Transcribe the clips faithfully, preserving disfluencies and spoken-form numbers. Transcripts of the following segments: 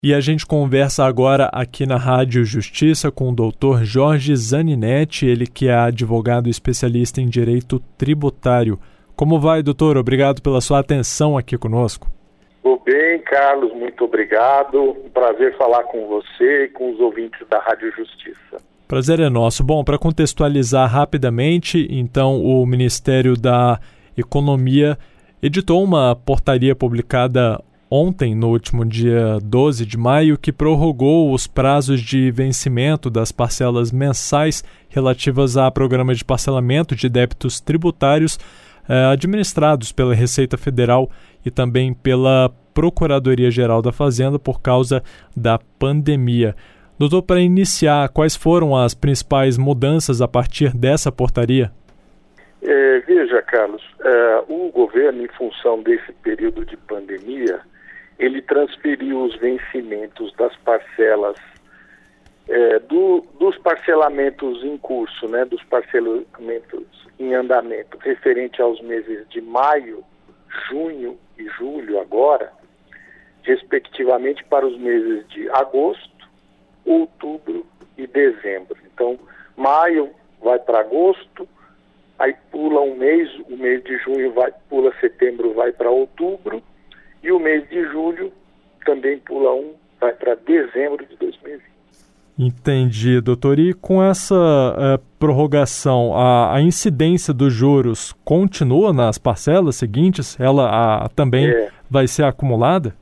E a gente conversa agora aqui na Rádio Justiça com o doutor Jorge Zaninetti, ele que é advogado especialista em direito tributário. Como vai, doutor? Obrigado pela sua atenção aqui conosco. Tudo bem, Carlos, muito obrigado. Um prazer falar com você e com os ouvintes da Rádio Justiça. Prazer é nosso. Bom, para contextualizar rapidamente, então o Ministério da Economia editou uma portaria publicada ontem, no último dia doze de maio, que prorrogou os prazos de vencimento das parcelas mensais relativas a programa de parcelamento de débitos tributários eh, administrados pela Receita Federal e também pela Procuradoria-Geral da Fazenda por causa da pandemia. Doutor, para iniciar, quais foram as principais mudanças a partir dessa portaria? É, veja, Carlos, é, o governo, em função desse período de pandemia, ele transferiu os vencimentos das parcelas, é, do, dos parcelamentos em curso, né, dos parcelamentos em andamento, referente aos meses de maio, junho e julho agora, respectivamente para os meses de agosto, outubro e dezembro. Então, maio vai para agosto, aí pula um mês, o mês de junho vai, pula setembro, vai para outubro, e o mês de julho também pula um, vai para dezembro de dois mil e vinte. Entendi, doutor. E com essa uh, prorrogação, a, a incidência dos juros continua nas parcelas seguintes? Ela a, também é. vai ser acumulada?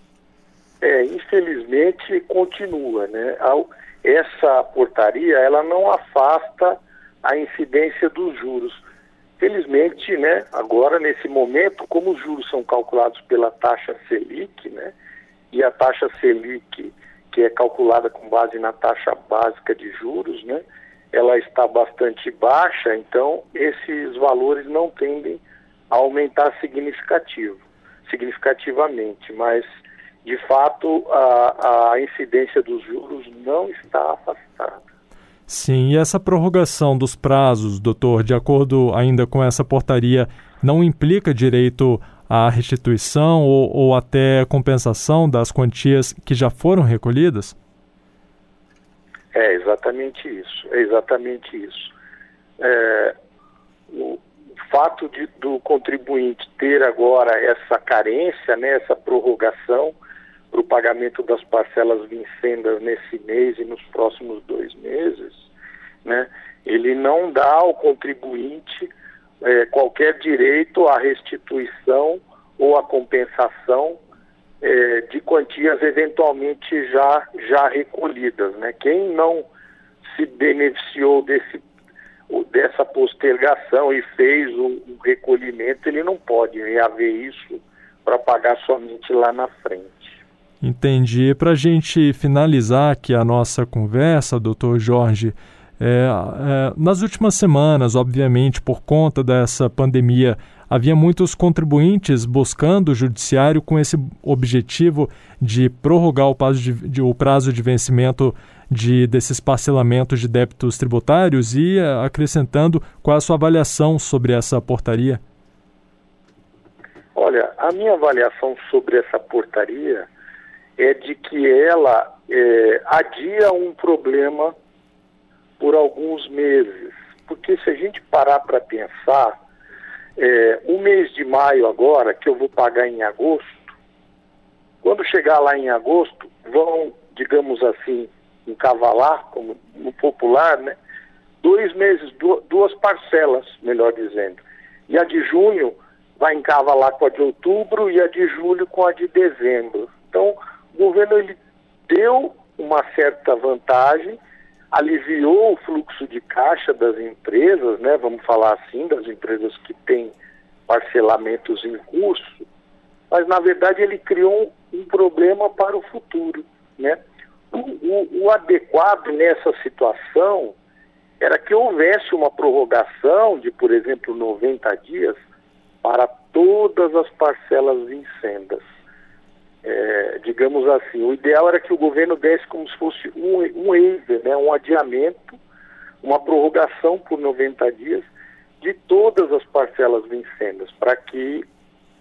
É, infelizmente continua, né? Essa portaria, ela não afasta a incidência dos juros. Felizmente, né, agora nesse momento, como os juros são calculados pela taxa Selic, né, e a taxa Selic, que é calculada com base na taxa básica de juros, né, ela está bastante baixa, então esses valores não tendem a aumentar significativo, significativamente, mas de fato a, a incidência dos juros não está afastada. Sim, e essa prorrogação dos prazos, doutor, de acordo ainda com essa portaria, não implica direito à restituição ou, ou até compensação das quantias que já foram recolhidas? É exatamente isso, é exatamente isso. É, o fato de, do contribuinte ter agora essa carência, né, essa prorrogação para o pagamento das parcelas vincendas nesse mês e nos próximos dois meses, né, ele não dá ao contribuinte é, qualquer direito à restituição ou à compensação é, de quantias eventualmente já, já recolhidas, né? Quem não se beneficiou desse, dessa postergação e fez o, o recolhimento, ele não pode reaver isso para pagar somente lá na frente. Entendi. Para a gente finalizar aqui a nossa conversa, doutor Jorge, é, é, nas últimas semanas, obviamente, por conta dessa pandemia, havia muitos contribuintes buscando o judiciário com esse objetivo de prorrogar o prazo de, de, o prazo de vencimento de, desses parcelamentos de débitos tributários e acrescentando qual é a sua avaliação sobre essa portaria. Olha, a minha avaliação sobre essa portaria é de que ela é, adia um problema por alguns meses. Porque se a gente parar para pensar, é, o mês de maio agora, que eu vou pagar em agosto, quando chegar lá em agosto, vão, digamos assim, encavalar, como no popular, né, dois meses, duas parcelas, melhor dizendo. E a de junho vai encavalar com a de outubro e a de julho com a de dezembro. Então, o governo ele deu uma certa vantagem, aliviou o fluxo de caixa das empresas, né, vamos falar assim, das empresas que têm parcelamentos em curso, mas na verdade ele criou um, um problema para o futuro, né? O, o, o adequado nessa situação era que houvesse uma prorrogação de, por exemplo, noventa dias para todas as parcelas vincendas. É, digamos assim, o ideal era que o governo desse como se fosse um, um waiver, né, um adiamento, uma prorrogação por noventa dias de todas as parcelas vincendas, para que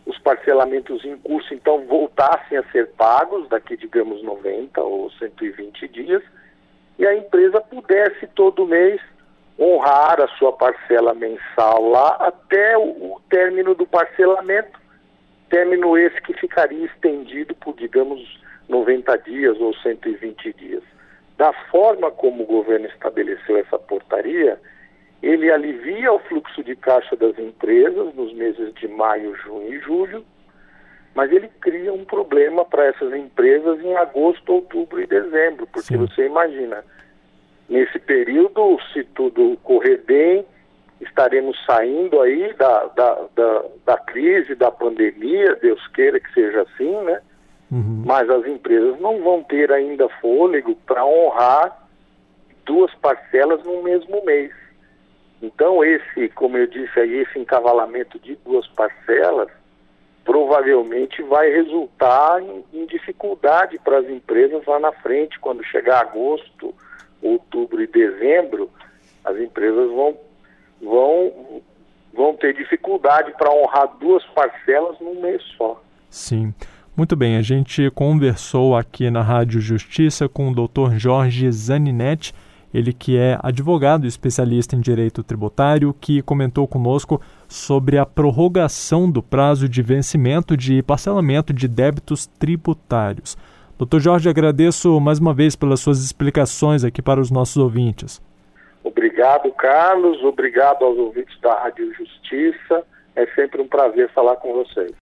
os parcelamentos em curso, então, voltassem a ser pagos daqui, digamos, noventa ou cento e vinte dias, e a empresa pudesse todo mês honrar a sua parcela mensal lá até o, o término do parcelamento, término esse que ficaria estendido por, digamos, noventa dias ou cento e vinte dias. Da forma como o governo estabeleceu essa portaria, ele alivia o fluxo de caixa das empresas nos meses de maio, junho e julho, mas ele cria um problema para essas empresas em agosto, outubro e dezembro, porque Sim. você imagina, nesse período, se tudo correr bem, estaremos saindo aí da, da, da, da crise, da pandemia, Deus queira que seja assim, né? Uhum. Mas as empresas não vão ter ainda fôlego para honrar duas parcelas no mesmo mês. Então esse, como eu disse aí, esse encavalamento de duas parcelas provavelmente vai resultar em, em dificuldade para as empresas lá na frente, quando chegar agosto, outubro e dezembro, as empresas vão, vão, vão ter dificuldade para honrar duas parcelas num mês só. Sim. Muito bem, a gente conversou aqui na Rádio Justiça com o doutor Jorge Zaninetti, ele que é advogado e especialista em direito tributário, que comentou conosco sobre a prorrogação do prazo de vencimento de parcelamento de débitos tributários. doutor Jorge, agradeço mais uma vez pelas suas explicações aqui para os nossos ouvintes. Obrigado, Carlos. Obrigado aos ouvintes da Rádio Justiça. É sempre um prazer falar com vocês.